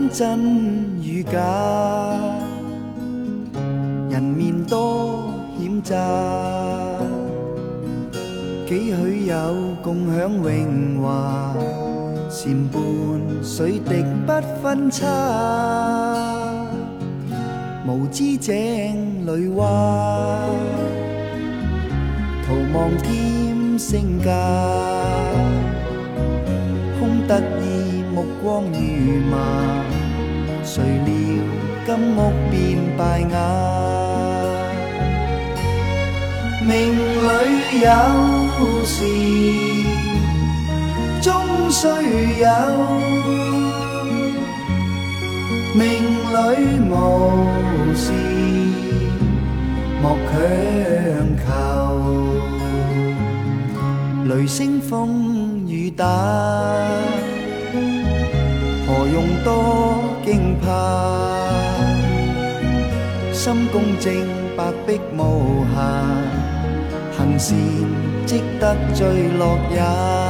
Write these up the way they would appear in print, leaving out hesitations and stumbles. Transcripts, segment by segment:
分真與假，人面多險詐，幾許有共享榮華，禪伴水滴不分差，無知井裏蛙，徒望添聲價，空得意目光如麻，誰料金屋變敗瓦。命裏有時終須有，命裏無事莫強求。雷聲風雨打，何用多驚怕？心公正，白璧無瑕，行善積得最樂也。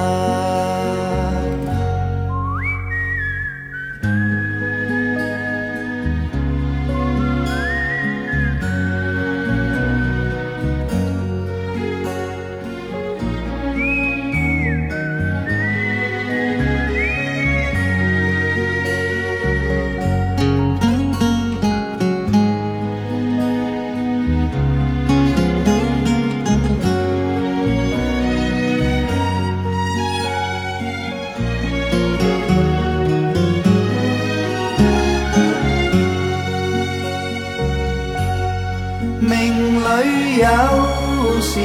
命裏有時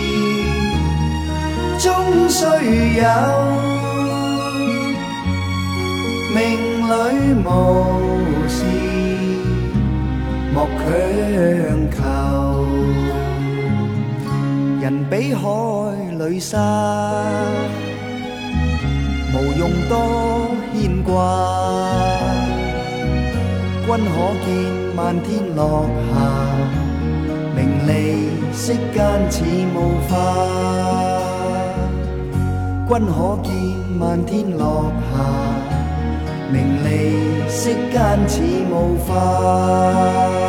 終須有，命裏無事莫強求。人比海裏沙，無用多牽掛。君可見漫天落霞，名利息間似霧化，君可見漫天落霞，名利息間似霧化。